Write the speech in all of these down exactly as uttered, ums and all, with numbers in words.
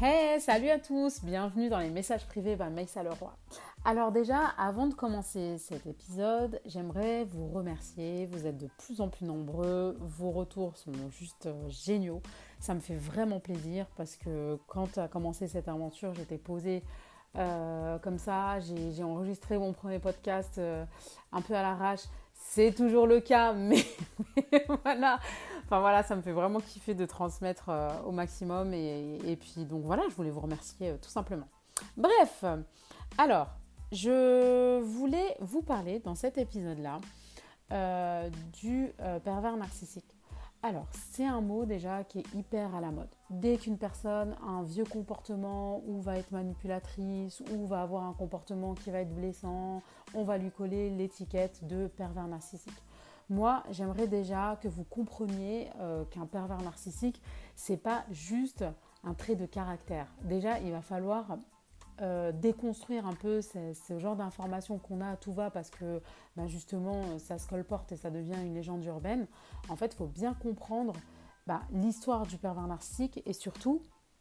Hey, salut à tous, bienvenue dans les messages privés by Maïssa Leroy. Alors déjà, avant de commencer cet épisode, j'aimerais vous remercier. Vous êtes de plus en plus nombreux, vos retours sont juste euh, géniaux. Ça me fait vraiment plaisir parce que quand a commencé cette aventure, j'étais posée euh, comme ça. J'ai, j'ai enregistré mon premier podcast euh, un peu à l'arrache. C'est toujours le cas, mais, mais voilà. Enfin voilà, ça me fait vraiment kiffer de transmettre euh, au maximum. Et, et puis donc voilà, je voulais vous remercier euh, tout simplement. Bref, alors, je voulais vous parler dans cet épisode-là euh, du euh, pervers narcissique. Alors, c'est un mot déjà qui est hyper à la mode. Dès qu'une personne a un vieux comportement ou va être manipulatrice ou va avoir un comportement qui va être blessant, on va lui coller l'étiquette de pervers narcissique. Moi, j'aimerais déjà que vous compreniez euh, qu'un pervers narcissique, c'est pas juste un trait de caractère. Déjà, il va falloir Euh, déconstruire un peu ce, ce genre d'informations qu'on a à tout va parce que bah justement ça se colporte et ça devient une légende urbaine. En fait, il faut bien comprendre bah, l'histoire du pervers narcissique et surtout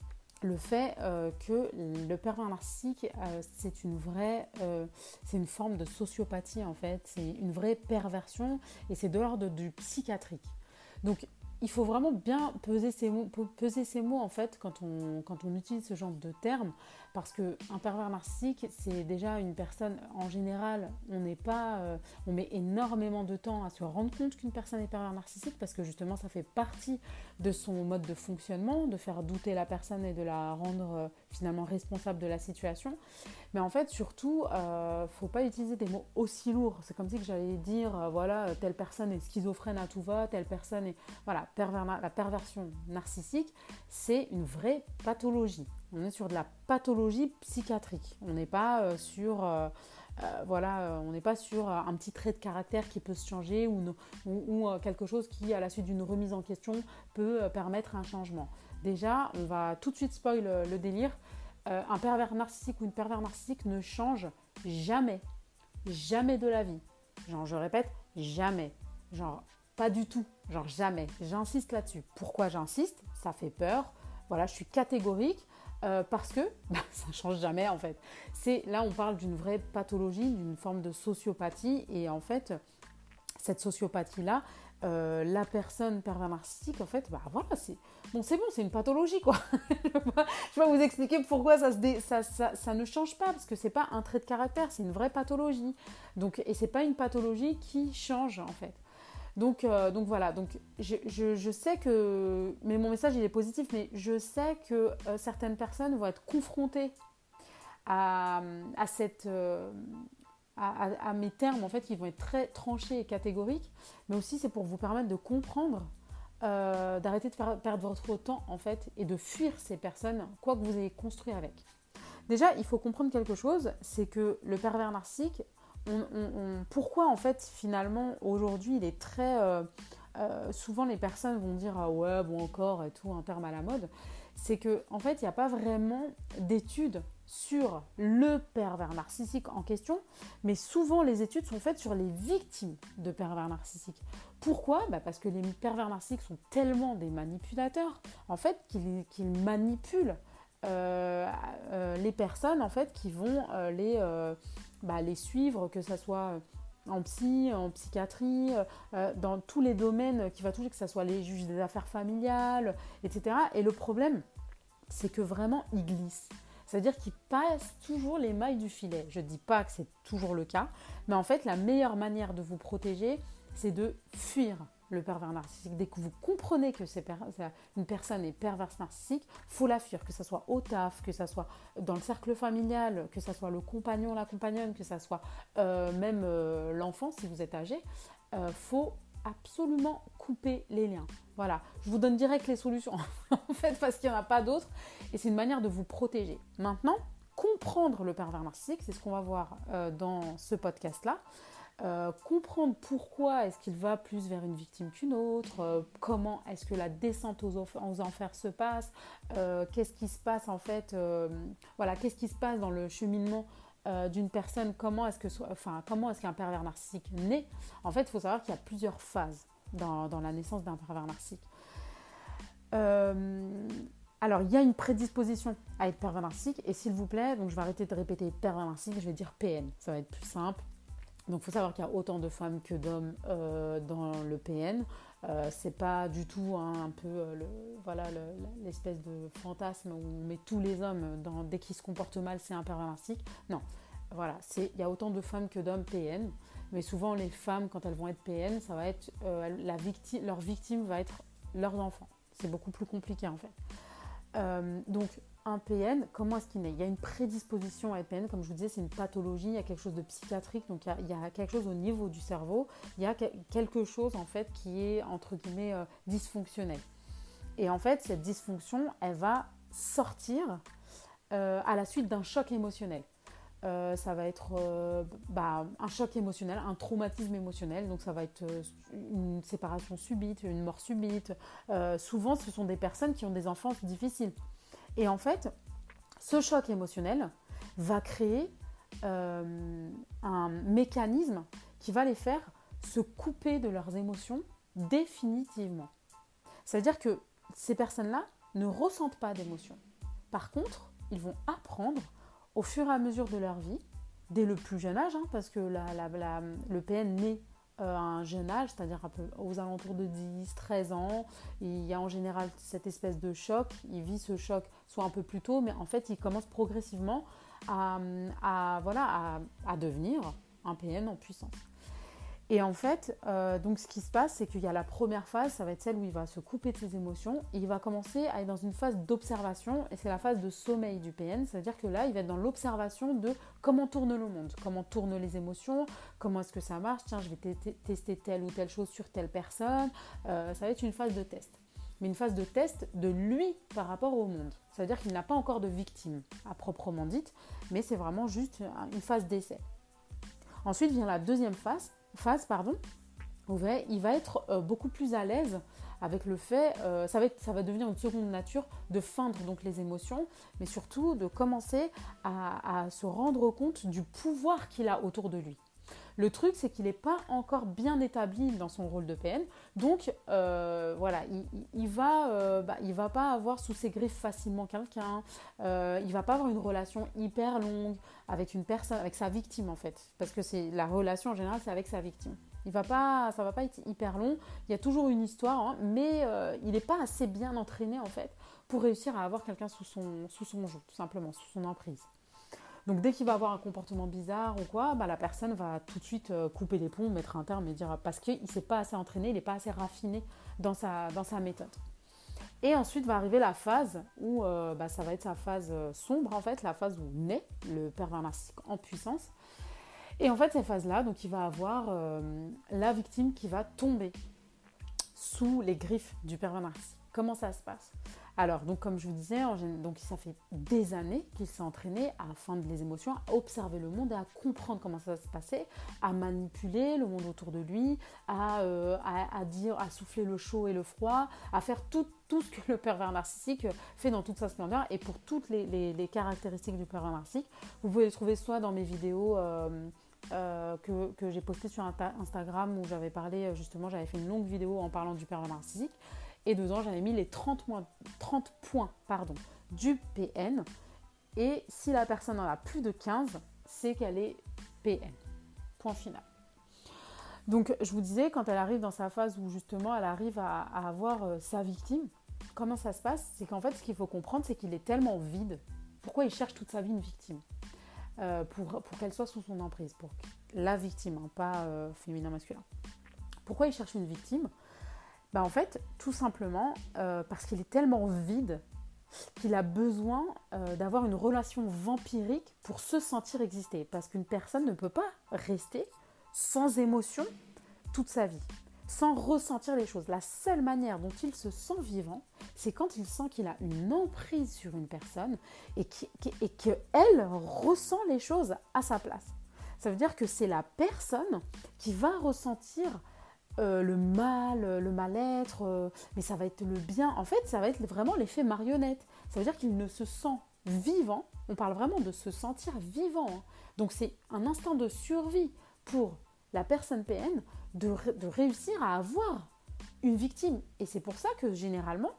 le fait euh, que le pervers narcissique euh, c'est une vraie euh, c'est une forme de sociopathie en fait, c'est une vraie perversion et c'est de l'ordre du psychiatrique. Donc il faut vraiment bien peser ces mots, peser ces mots en fait quand on, quand on utilise ce genre de termes, parce qu'un pervers narcissique, c'est déjà une personne, en général, on n'est pas, euh, on met énormément de temps à se rendre compte qu'une personne est pervers narcissique, parce que justement ça fait partie de son mode de fonctionnement, de faire douter la personne et de la rendre euh, finalement responsable de la situation. Mais en fait, surtout, euh, faut pas utiliser des mots aussi lourds. C'est comme si que j'allais dire, euh, voilà, telle personne est schizophrène à tout va, telle personne est... Voilà, pervers, la perversion narcissique, c'est une vraie pathologie. On est sur de la pathologie psychiatrique. On n'est pas euh, sur... Euh, euh, voilà, euh, on n'est pas sur euh, un petit trait de caractère qui peut se changer ou, no, ou, ou euh, quelque chose qui, à la suite d'une remise en question, peut euh, permettre un changement. Déjà, on va tout de suite spoil le, le délire. Euh, un pervers narcissique ou une pervers narcissique ne change jamais, jamais de la vie. Genre, je répète, jamais. Genre, pas du tout. Genre, jamais. J'insiste là-dessus. Pourquoi j'insiste ? Ça fait peur. Voilà, je suis catégorique euh, parce que bah, ça ne change jamais en fait. C'est, là, on parle d'une vraie pathologie, d'une forme de sociopathie et en fait, cette sociopathie-là, Euh, la personne pervers narcissique, en fait, bah voilà, c'est bon, c'est bon, c'est une pathologie, quoi. Je vais vous expliquer pourquoi ça, se dé... ça, ça, ça ne change pas, parce que c'est pas un trait de caractère, c'est une vraie pathologie. Donc, et c'est pas une pathologie qui change, en fait. Donc, euh, donc voilà, donc je, je, je sais que, mais mon message il est positif, mais je sais que euh, certaines personnes vont être confrontées à, à cette... Euh, À, à, à mes termes en fait qui vont être très tranchés et catégoriques, mais aussi c'est pour vous permettre de comprendre, euh, d'arrêter de faire perdre votre temps en fait et de fuir ces personnes quoi que vous ayez construit avec. Déjà il faut comprendre quelque chose, c'est que le pervers narcissique, on, on, on, pourquoi en fait finalement aujourd'hui il est très euh, euh, souvent les personnes vont dire ah ouais bon encore et tout, un terme à la mode, c'est que en fait il n'y a pas vraiment d'études sur le pervers narcissique en question, mais souvent les études sont faites sur les victimes de pervers narcissiques. Pourquoi ? Bah parce que les pervers narcissiques sont tellement des manipulateurs, en fait, qu'ils, qu'ils manipulent euh, euh, les personnes, en fait, qui vont euh, les, euh, bah, les suivre, que ce soit en psy, en psychiatrie, euh, dans tous les domaines qui va toucher, que ce soit les juges des affaires familiales, et cetera. Et le problème, c'est que vraiment, ils glissent. C'est-à-dire qu'ils passent toujours les mailles du filet. Je ne dis pas que c'est toujours le cas, mais en fait, la meilleure manière de vous protéger, c'est de fuir le pervers narcissique. Dès que vous comprenez que c'est per- une personne est perverse narcissique, il faut la fuir, que ce soit au taf, que ce soit dans le cercle familial, que ce soit le compagnon, la compagnonne, que ce soit euh, même euh, l'enfant si vous êtes âgé. Il euh, faut absolument couper les liens. Voilà, je vous donne direct les solutions en fait parce qu'il n'y en a pas d'autres et c'est une manière de vous protéger. Maintenant, comprendre le pervers narcissique, c'est ce qu'on va voir euh, dans ce podcast-là. Euh, comprendre pourquoi est-ce qu'il va plus vers une victime qu'une autre, euh, comment est-ce que la descente aux, enf- aux enfers se passe, euh, qu'est-ce qui se passe en fait, euh, voilà, qu'est-ce qui se passe dans le cheminement euh, d'une personne, comment est-ce que, enfin, comment est-ce qu'un pervers narcissique naît. En fait, il faut savoir qu'il y a plusieurs phases dans, dans la naissance d'un pervers narcissique. Euh, Alors, il y a une prédisposition à être pervers narcissique. Et s'il vous plaît, donc je vais arrêter de répéter pervers narcissique, je vais dire P N. Ça va être plus simple. Donc, il faut savoir qu'il y a autant de femmes que d'hommes euh, dans le P N. Euh, c'est pas du tout hein, un peu euh, le, voilà, le, l'espèce de fantasme où on met tous les hommes, dans, dès qu'ils se comportent mal, c'est un pervers narcissique. Non, voilà, c'est, il y a autant de femmes que d'hommes P N. Mais souvent, les femmes, quand elles vont être P N, ça va être, euh, la victime, leur victime va être leurs enfants. C'est beaucoup plus compliqué en fait. Euh, donc, un P N, comment est-ce qu'il naît ? Il y a une prédisposition à être P N, comme je vous disais, c'est une pathologie, il y a quelque chose de psychiatrique, donc il y a, il y a quelque chose au niveau du cerveau, il y a que, quelque chose en fait qui est entre guillemets euh, dysfonctionnel. Et en fait, cette dysfonction, elle va sortir euh, à la suite d'un choc émotionnel. Euh, ça va être euh, bah, un choc émotionnel, un traumatisme émotionnel, donc ça va être euh, une séparation subite, une mort subite. Euh, souvent, ce sont des personnes qui ont des enfances difficiles. Et en fait, ce choc émotionnel va créer euh, un mécanisme qui va les faire se couper de leurs émotions définitivement. Ça veut dire que ces personnes-là ne ressentent pas d'émotions. Par contre, ils vont apprendre au fur et à mesure de leur vie, dès le plus jeune âge, hein, parce que la, la, la, le P N naît euh, à un jeune âge, c'est-à-dire un peu aux alentours de dix, treize ans. Il y a en général cette espèce de choc. Il vit ce choc soit un peu plus tôt, mais en fait, il commence progressivement à, à, voilà, à, à devenir un P N en puissance. Et en fait, euh, donc ce qui se passe, c'est qu'il y a la première phase, ça va être celle où il va se couper de ses émotions. Et il va commencer à être dans une phase d'observation, et c'est la phase de sommeil du P N. C'est-à-dire que là, il va être dans l'observation de comment tourne le monde, comment tournent les émotions, comment est-ce que ça marche. Tiens, je vais t- tester telle ou telle chose sur telle personne. Euh, ça va être une phase de test. Mais une phase de test de lui par rapport au monde. C'est-à-dire qu'il n'a pas encore de victime à proprement dite, mais c'est vraiment juste une phase d'essai. Ensuite vient la deuxième phase, phase pardon, où il va être euh, beaucoup plus à l'aise avec le fait, euh, ça, va être, ça va devenir une seconde nature de feindre donc les émotions, mais surtout de commencer à, à se rendre compte du pouvoir qu'il a autour de lui. Le truc, c'est qu'il n'est pas encore bien établi dans son rôle de P N, donc euh, voilà, il, il, va, euh, bah, il va pas avoir sous ses griffes facilement quelqu'un, euh, il va pas avoir une relation hyper longue avec une personne, avec sa victime en fait, parce que c'est la relation en général, c'est avec sa victime. Il va pas, ça va pas être hyper long, il y a toujours une histoire, hein, mais euh, il n'est pas assez bien entraîné en fait pour réussir à avoir quelqu'un sous son, sous son joug, tout simplement, sous son emprise. Donc dès qu'il va avoir un comportement bizarre ou quoi, bah, la personne va tout de suite euh, couper les ponts, mettre un terme et dire parce qu'il ne s'est pas assez entraîné, il n'est pas assez raffiné dans sa, dans sa méthode. Et ensuite va arriver la phase où euh, bah, ça va être sa phase euh, sombre en fait, la phase où naît le pervers narcissique en puissance. Et en fait cette phase-là, donc il va avoir euh, la victime qui va tomber sous les griffes du pervers narcissique. Comment ça se passe ? Alors, donc, comme je vous disais, donc, ça fait des années qu'il s'est entraîné à feindre les émotions, à observer le monde et à comprendre comment ça se passait, à manipuler le monde autour de lui, à, euh, à, à dire, à souffler le chaud et le froid, à faire tout, tout ce que le pervers narcissique fait dans toute sa splendeur. Et pour toutes les, les, les caractéristiques du pervers narcissique, vous pouvez les trouver soit dans mes vidéos euh, euh, que, que j'ai postées sur Instagram où j'avais parlé, justement, j'avais fait une longue vidéo en parlant du pervers narcissique. Et dedans, j'avais mis les trente, mois, trente points pardon, du P N. Et si la personne en a plus de quinze, c'est qu'elle est P N. Point final. Donc, je vous disais, quand elle arrive dans sa phase où justement elle arrive à, à avoir euh, sa victime, comment ça se passe ? C'est qu'en fait, ce qu'il faut comprendre, c'est qu'il est tellement vide. Pourquoi il cherche toute sa vie une victime ? euh, pour, pour qu'elle soit sous son emprise. Pour la victime, hein, pas euh, féminin-masculin. Pourquoi il cherche une victime ? Bah en fait, tout simplement euh, parce qu'il est tellement vide qu'il a besoin euh, d'avoir une relation vampirique pour se sentir exister. Parce qu'une personne ne peut pas rester sans émotion toute sa vie, sans ressentir les choses. La seule manière dont il se sent vivant, c'est quand il sent qu'il a une emprise sur une personne et, qui, qui, et qu'elle ressent les choses à sa place. Ça veut dire que c'est la personne qui va ressentir Euh, le mal, le mal-être, euh, mais ça va être le bien. En fait, ça va être vraiment l'effet marionnette. Ça veut dire qu'il ne se sent vivant. On parle vraiment de se sentir vivant. Hein. Donc, c'est un instinct de survie pour la personne P N de, de réussir à avoir une victime. Et c'est pour ça que, généralement,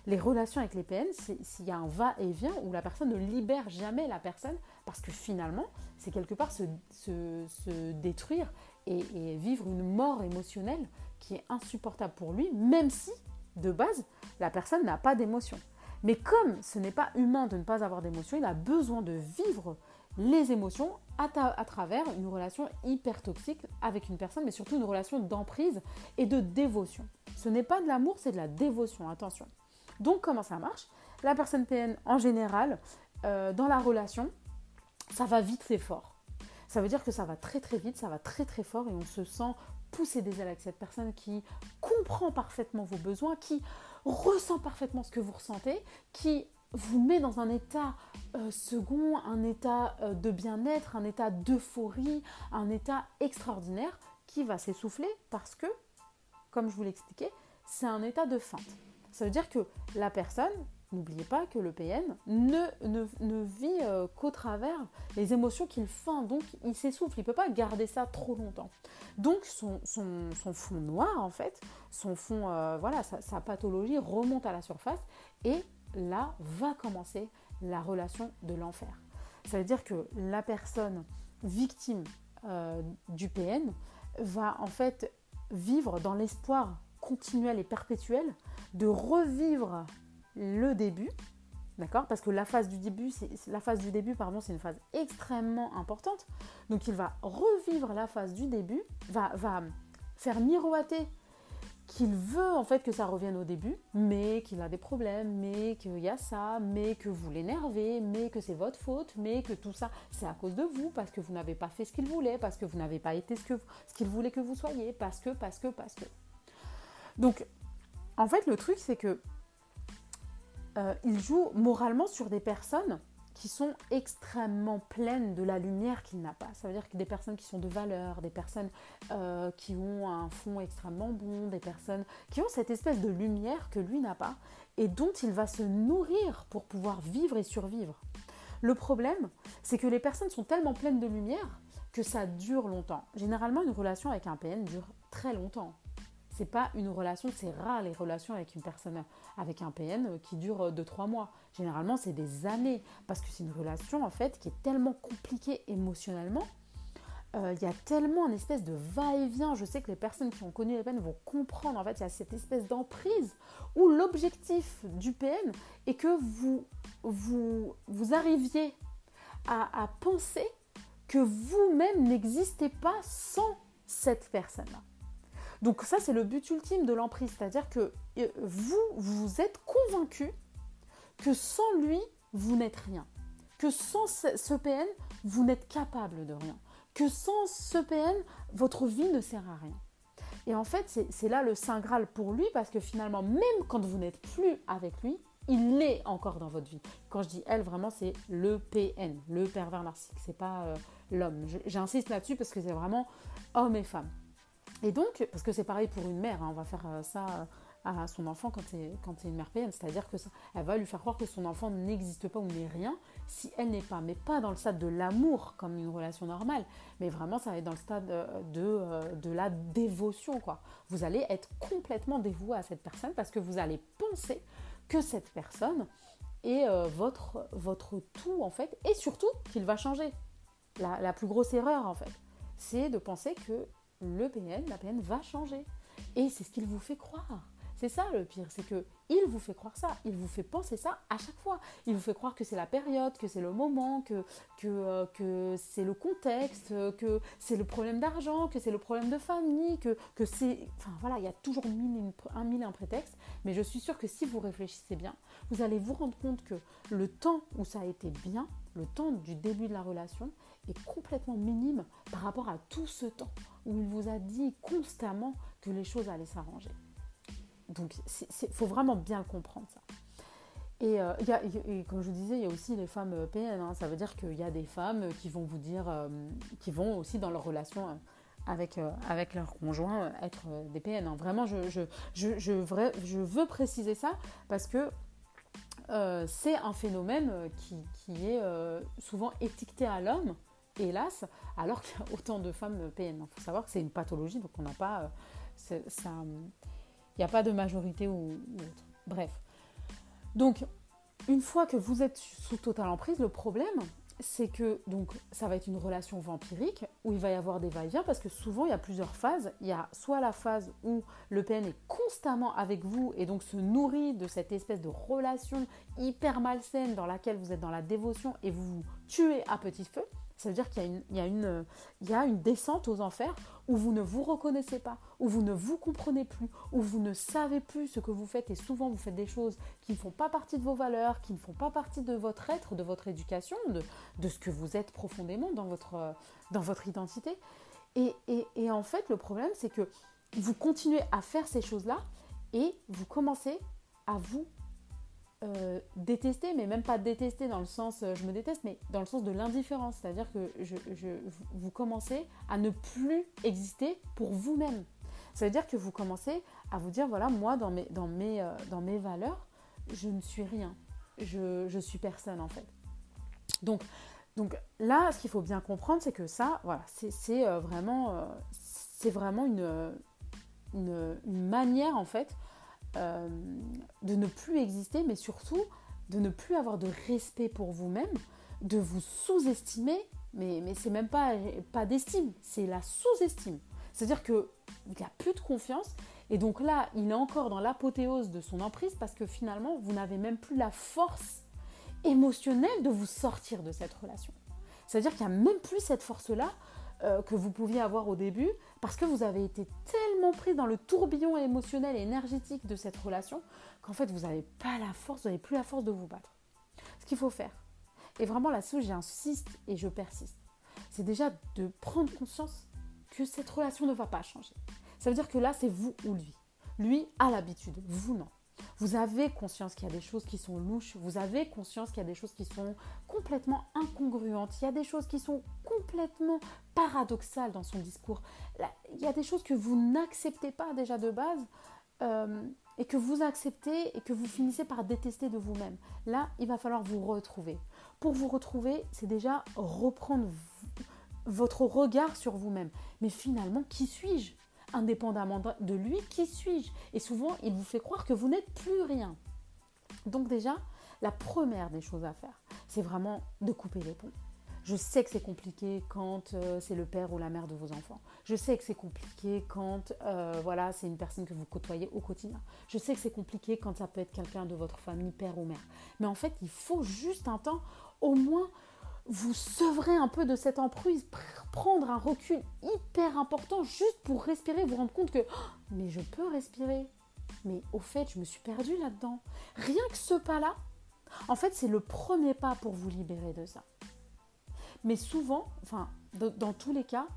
les relations avec les P N, c'est s'il y a un va-et-vient où la personne ne libère jamais la personne parce que finalement, c'est quelque part se, se, se détruire et, et vivre une mort émotionnelle qui est insupportable pour lui, même si, de base, la personne n'a pas d'émotion. Mais comme ce n'est pas humain de ne pas avoir d'émotion, il a besoin de vivre les émotions à, ta, à travers une relation hyper toxique avec une personne, mais surtout une relation d'emprise et de dévotion. Ce n'est pas de l'amour, c'est de la dévotion, attention. Donc, comment ça marche? La personne P N, en général, euh, dans la relation, ça va vite et fort. Ça veut dire que ça va très très vite, ça va très très fort et on se sent pousser des ailes avec cette personne qui comprend parfaitement vos besoins, qui ressent parfaitement ce que vous ressentez, qui vous met dans un état euh, second, un état euh, de bien-être, un état d'euphorie, un état extraordinaire qui va s'essouffler parce que, comme je vous l'expliquais, c'est un état de feinte. Ça veut dire que la personne, n'oubliez pas que le P N ne, ne, ne vit euh, qu'au travers les émotions qu'il feint, donc il s'essouffle, il ne peut pas garder ça trop longtemps. Donc son, son, son fond noir, en fait, son fond, euh, voilà, sa, sa pathologie remonte à la surface et là va commencer la relation de l'enfer. Ça veut dire que la personne victime euh, du P N va en fait vivre dans l'espoir continuel et perpétuel de revivre le début, d'accord? Parce que la phase du début, c'est, la phase du début, pardon, c'est une phase extrêmement importante. Donc il va revivre la phase du début, va, va faire miroiter qu'il veut en fait que ça revienne au début, mais qu'il a des problèmes, mais qu'il y a ça, mais que vous l'énervez, mais que c'est votre faute, mais que tout ça, c'est à cause de vous, parce que vous n'avez pas fait ce qu'il voulait, parce que vous n'avez pas été ce, que, ce qu'il voulait que vous soyez, parce que, parce que, parce que. Donc, en fait, le truc, c'est que euh, il joue moralement sur des personnes qui sont extrêmement pleines de la lumière qu'il n'a pas. Ça veut dire que des personnes qui sont de valeur, des personnes euh, qui ont un fond extrêmement bon, des personnes qui ont cette espèce de lumière que lui n'a pas et dont il va se nourrir pour pouvoir vivre et survivre. Le problème, c'est que les personnes sont tellement pleines de lumière que ça dure longtemps. Généralement, une relation avec un P N dure très longtemps. C'est pas une relation, c'est rare les relations avec une personne avec un P N qui durent deux trois mois. Généralement, c'est des années parce que c'est une relation en fait qui est tellement compliquée émotionnellement. Euh, il y a tellement une espèce de va-et-vient. Je sais que les personnes qui ont connu les P N vont comprendre. En fait, il y a cette espèce d'emprise où l'objectif du P N est que vous, vous, vous arriviez à, à penser que vous-même n'existez pas sans cette personne-là. Donc ça, c'est le but ultime de l'emprise, c'est-à-dire que vous, vous êtes convaincu que sans lui, vous n'êtes rien, que sans ce P N, vous n'êtes capable de rien, que sans ce P N, votre vie ne sert à rien. Et en fait, c'est, c'est là le Saint Graal pour lui, parce que finalement, même quand vous n'êtes plus avec lui, il est encore dans votre vie. Quand je dis elle, vraiment, c'est le P N, le pervers narcissique, c'est pas euh, l'homme. Je, j'insiste là-dessus parce que c'est vraiment homme et femme. Et donc, parce que c'est pareil pour une mère, hein, on va faire ça à son enfant quand c'est, quand c'est une mère P N, c'est-à-dire que ça, elle va lui faire croire que son enfant n'existe pas ou n'est rien si elle n'est pas, mais pas dans le stade de l'amour comme une relation normale, mais vraiment ça va être dans le stade de, de la dévotion, quoi. Vous allez être complètement dévoué à cette personne parce que vous allez penser que cette personne est euh, votre, votre tout en fait, et surtout qu'il va changer. La, la plus grosse erreur en fait, c'est de penser que le P N, la P N va changer. Et c'est ce qu'il vous fait croire. C'est ça le pire, c'est qu'il vous fait croire ça. Il vous fait penser ça à chaque fois. Il vous fait croire que c'est la période, que c'est le moment, que, que, euh, que c'est le contexte, que c'est le problème d'argent, que c'est le problème de famille, que, que c'est... Enfin voilà, il y a toujours mille, un mille et un prétextes. Mais je suis sûre que si vous réfléchissez bien, vous allez vous rendre compte que le temps où ça a été bien, le temps du début de la relation, est complètement minime par rapport à tout ce temps où il vous a dit constamment que les choses allaient s'arranger. Donc, il faut vraiment bien le comprendre, ça. Et, euh, y a, et comme je vous disais, il y a aussi les femmes P N. Hein, ça veut dire qu'il y a des femmes qui vont vous dire, euh, qui vont aussi dans leur relation avec, euh, avec leur conjoint être des P N. Hein. Vraiment, je, je, je, je, vrai, je veux préciser ça parce que euh, c'est un phénomène qui, qui est euh, souvent étiqueté à l'homme, hélas, alors qu'il y a autant de femmes P N. Il faut savoir que c'est une pathologie, donc on n'a pas... Euh, c'est, ça, il n'y a pas de majorité ou, ou autre. Bref. Donc, une fois que vous êtes sous totale emprise, le problème, c'est que donc, ça va être une relation vampirique où il va y avoir des va-et-vient parce que souvent, il y a plusieurs phases. Il y a soit la phase où le P N est constamment avec vous et donc se nourrit de cette espèce de relation hyper malsaine dans laquelle vous êtes dans la dévotion et vous vous tuez à petit feu. Ça veut dire qu'il y a, une, il, y a une, il y a une descente aux enfers où vous ne vous reconnaissez pas, où vous ne vous comprenez plus, où vous ne savez plus ce que vous faites et souvent vous faites des choses qui ne font pas partie de vos valeurs, qui ne font pas partie de votre être, de votre éducation, de, de ce que vous êtes profondément dans votre, dans votre identité. Et, et, et en fait, le problème, c'est que vous continuez à faire ces choses-là et vous commencez à vous Euh, détester, mais même pas détester dans le sens euh, je me déteste, mais dans le sens de l'indifférence, c'est-à-dire que je, je, vous commencez à ne plus exister pour vous-même. Ça veut dire que vous commencez à vous dire voilà, moi dans mes, dans mes, euh, dans mes valeurs, je ne suis rien, je, je suis personne en fait. Donc, donc là, ce qu'il faut bien comprendre, c'est que ça, voilà, c'est, c'est euh, vraiment, euh, c'est vraiment une, une, une manière en fait Euh, de ne plus exister, mais surtout de ne plus avoir de respect pour vous-même, de vous sous-estimer, mais, mais c'est même pas, pas d'estime, c'est la sous-estime. C'est-à-dire qu'il n'y a plus de confiance, et donc là, il est encore dans l'apothéose de son emprise, parce que finalement, vous n'avez même plus la force émotionnelle de vous sortir de cette relation. C'est-à-dire qu'il n'y a même plus cette force-là Euh, que vous pouviez avoir au début parce que vous avez été tellement pris dans le tourbillon émotionnel et énergétique de cette relation qu'en fait vous n'avez pas la force, vous n'avez plus la force de vous battre. Ce qu'il faut faire, et vraiment là-dessus j'insiste et je persiste, c'est déjà de prendre conscience que cette relation ne va pas changer. Ça veut dire que là c'est vous ou lui. Lui a l'habitude, vous non. Vous avez conscience qu'il y a des choses qui sont louches, vous avez conscience qu'il y a des choses qui sont complètement incongruentes, il y a des choses qui sont complètement paradoxales dans son discours. Là, il y a des choses que vous n'acceptez pas déjà de base euh, et que vous acceptez et que vous finissez par détester de vous-même. Là, il va falloir vous retrouver. Pour vous retrouver, c'est déjà reprendre v- votre regard sur vous-même. Mais finalement, qui suis-je ? Indépendamment de lui, qui suis-je ? Et souvent, il vous fait croire que vous n'êtes plus rien. Donc déjà, la première des choses à faire, c'est vraiment de couper les ponts. Je sais que c'est compliqué quand euh, c'est le père ou la mère de vos enfants. Je sais que c'est compliqué quand euh, voilà, c'est une personne que vous côtoyez au quotidien. Je sais que c'est compliqué quand ça peut être quelqu'un de votre famille, père ou mère. Mais en fait, il faut juste un temps, au moins, vous sevrez un peu de cette emprise, prendre un recul hyper important juste pour respirer, vous rendre compte que oh, mais je peux respirer, mais au fait je me suis perdue là-dedans. Rien que ce pas-là, en fait c'est le premier pas pour vous libérer de ça. Mais souvent, enfin de, dans tous les cas,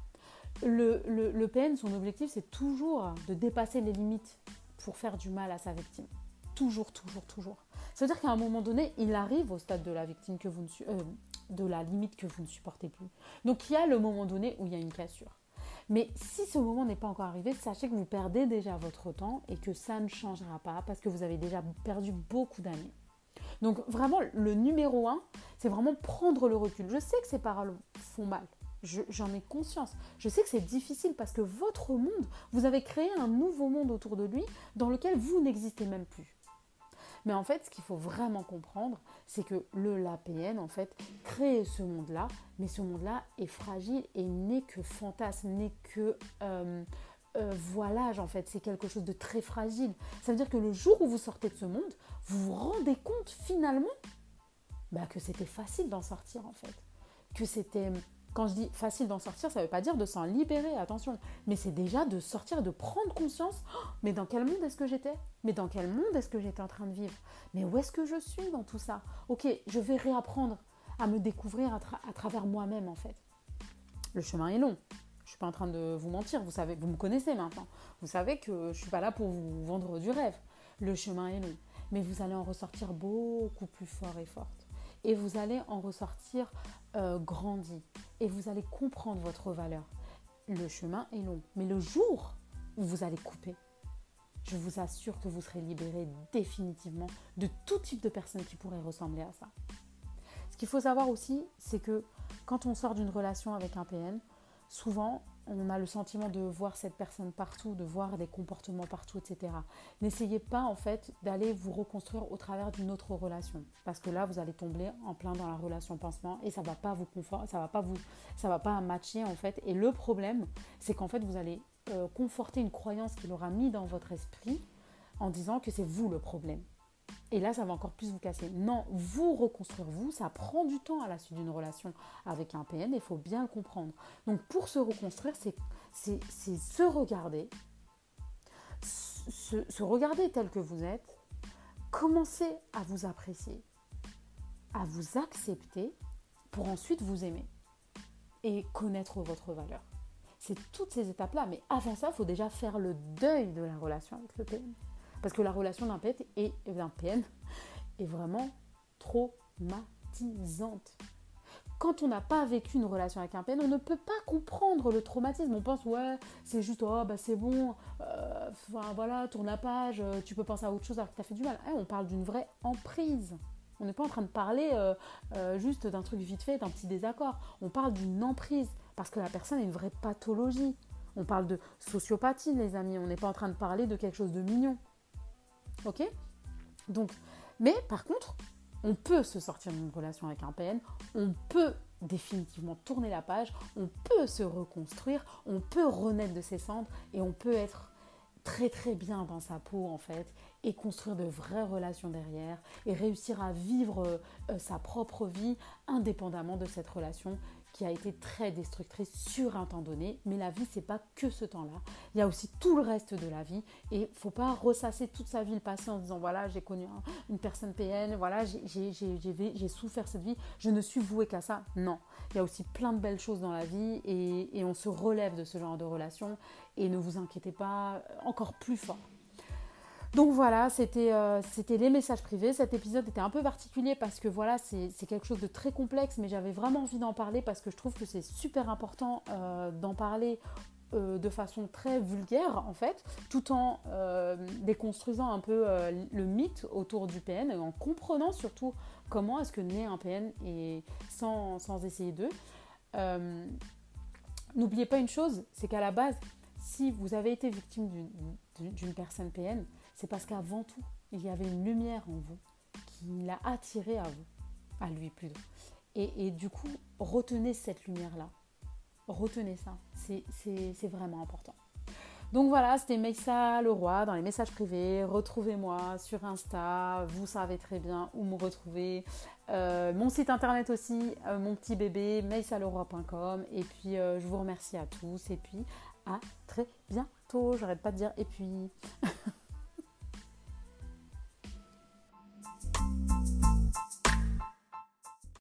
le, le, le P N, son objectif c'est toujours de dépasser les limites pour faire du mal à sa victime. Toujours, toujours, toujours. Ça veut dire qu'à un moment donné, il arrive au stade de la victime que vous ne euh, de la limite que vous ne supportez plus. Donc il y a le moment donné où il y a une cassure. Mais si ce moment n'est pas encore arrivé, sachez que vous perdez déjà votre temps et que ça ne changera pas parce que vous avez déjà perdu beaucoup d'années. Donc vraiment, le numéro un, c'est vraiment prendre le recul. Je sais que ces paroles font mal. Je, j'en ai conscience. Je sais que c'est difficile parce que votre monde, vous avez créé un nouveau monde autour de lui dans lequel vous n'existez même plus. Mais en fait, ce qu'il faut vraiment comprendre, c'est que le l'A P N, en fait, crée ce monde-là, mais ce monde-là est fragile et n'est que fantasme, n'est que euh, euh, voilage, en fait. C'est quelque chose de très fragile. Ça veut dire que le jour où vous sortez de ce monde, vous vous rendez compte finalement bah, que c'était facile d'en sortir, en fait. Que c'était... Quand je dis facile d'en sortir, ça ne veut pas dire de s'en libérer, attention. Mais c'est déjà de sortir et de prendre conscience. Oh, mais dans quel monde est-ce que j'étais ? Mais dans quel monde est-ce que j'étais en train de vivre ? Mais où est-ce que je suis dans tout ça ? Ok, je vais réapprendre à me découvrir à, tra- à travers moi-même, en fait. Le chemin est long. Je ne suis pas en train de vous mentir. Vous savez, vous me connaissez maintenant. Vous savez que je ne suis pas là pour vous vendre du rêve. Le chemin est long. Mais vous allez en ressortir beaucoup plus fort et forte. Et vous allez en ressortir euh, grandi. Et vous allez comprendre votre valeur. Le chemin est long. Mais le jour où vous allez couper, je vous assure que vous serez libéré définitivement de tout type de personnes qui pourraient ressembler à ça. Ce qu'il faut savoir aussi, c'est que quand on sort d'une relation avec un P N, souvent, on a le sentiment de voir cette personne partout, de voir des comportements partout, et cetera. N'essayez pas en fait d'aller vous reconstruire au travers d'une autre relation, parce que là vous allez tomber en plein dans la relation pansement et ça va pas vous confort, ça va pas vous, ça va pas matcher en fait. Et le problème, c'est qu'en fait vous allez euh, conforter une croyance qu'il aura mis dans votre esprit en disant que c'est vous le problème. Et là, ça va encore plus vous casser. Non, vous reconstruire vous, ça prend du temps à la suite d'une relation avec un P N, il faut bien le comprendre. Donc pour se reconstruire, c'est, c'est, c'est se regarder, se, se regarder tel que vous êtes, commencer à vous apprécier, à vous accepter pour ensuite vous aimer et connaître votre valeur. C'est toutes ces étapes-là, mais avant ça, il faut déjà faire le deuil de la relation avec le P N. Parce que la relation d'un P N est, d'un P N est vraiment traumatisante. Quand on n'a pas vécu une relation avec un P N, on ne peut pas comprendre le traumatisme. On pense, ouais, c'est juste, oh, bah, c'est bon, euh, enfin, voilà, tourne la page, tu peux penser à autre chose alors que tu as fait du mal. Eh, on parle d'une vraie emprise. On n'est pas en train de parler euh, euh, juste d'un truc vite fait, d'un petit désaccord. On parle d'une emprise parce que la personne a une vraie pathologie. On parle de sociopathie, les amis. On n'est pas en train de parler de quelque chose de mignon. Ok ? Donc, mais par contre, on peut se sortir d'une relation avec un P N, on peut définitivement tourner la page, on peut se reconstruire, on peut renaître de ses cendres et on peut être très très bien dans sa peau en fait et construire de vraies relations derrière et réussir à vivre euh, sa propre vie indépendamment de cette relation qui a été très destructrice sur un temps donné. Mais la vie, c'est pas que ce temps-là. Il y a aussi tout le reste de la vie et il ne faut pas ressasser toute sa vie le passé en se disant voilà, j'ai connu un, une personne P N, voilà, j'ai, j'ai, j'ai, j'ai, j'ai souffert cette vie, je ne suis vouée qu'à ça. Non, il y a aussi plein de belles choses dans la vie et, et on se relève de ce genre de relation et ne vous inquiétez pas, encore plus fort. Donc voilà, c'était, euh, c'était les messages privés. Cet épisode était un peu particulier parce que voilà, c'est, c'est quelque chose de très complexe, mais j'avais vraiment envie d'en parler parce que je trouve que c'est super important euh, d'en parler euh, de façon très vulgaire en fait, tout en euh, déconstruisant un peu euh, le mythe autour du P N et en comprenant surtout comment est-ce que naît un P N et sans, sans essayer d'eux. Euh, n'oubliez pas une chose, c'est qu'à la base, si vous avez été victime d'une, d'une personne P N, c'est parce qu'avant tout, il y avait une lumière en vous qui l'a attiré à vous, à lui plutôt. Et, et du coup, retenez cette lumière-là. Retenez ça. C'est, c'est, c'est vraiment important. Donc voilà, c'était Meissa Leroy dans les messages privés. Retrouvez-moi sur Insta. Vous savez très bien où me retrouver. Euh, mon site internet aussi, euh, mon petit bébé, meissa leroy point com. Et puis, euh, je vous remercie à tous. Et puis, à très bientôt. J'arrête pas de dire et puis...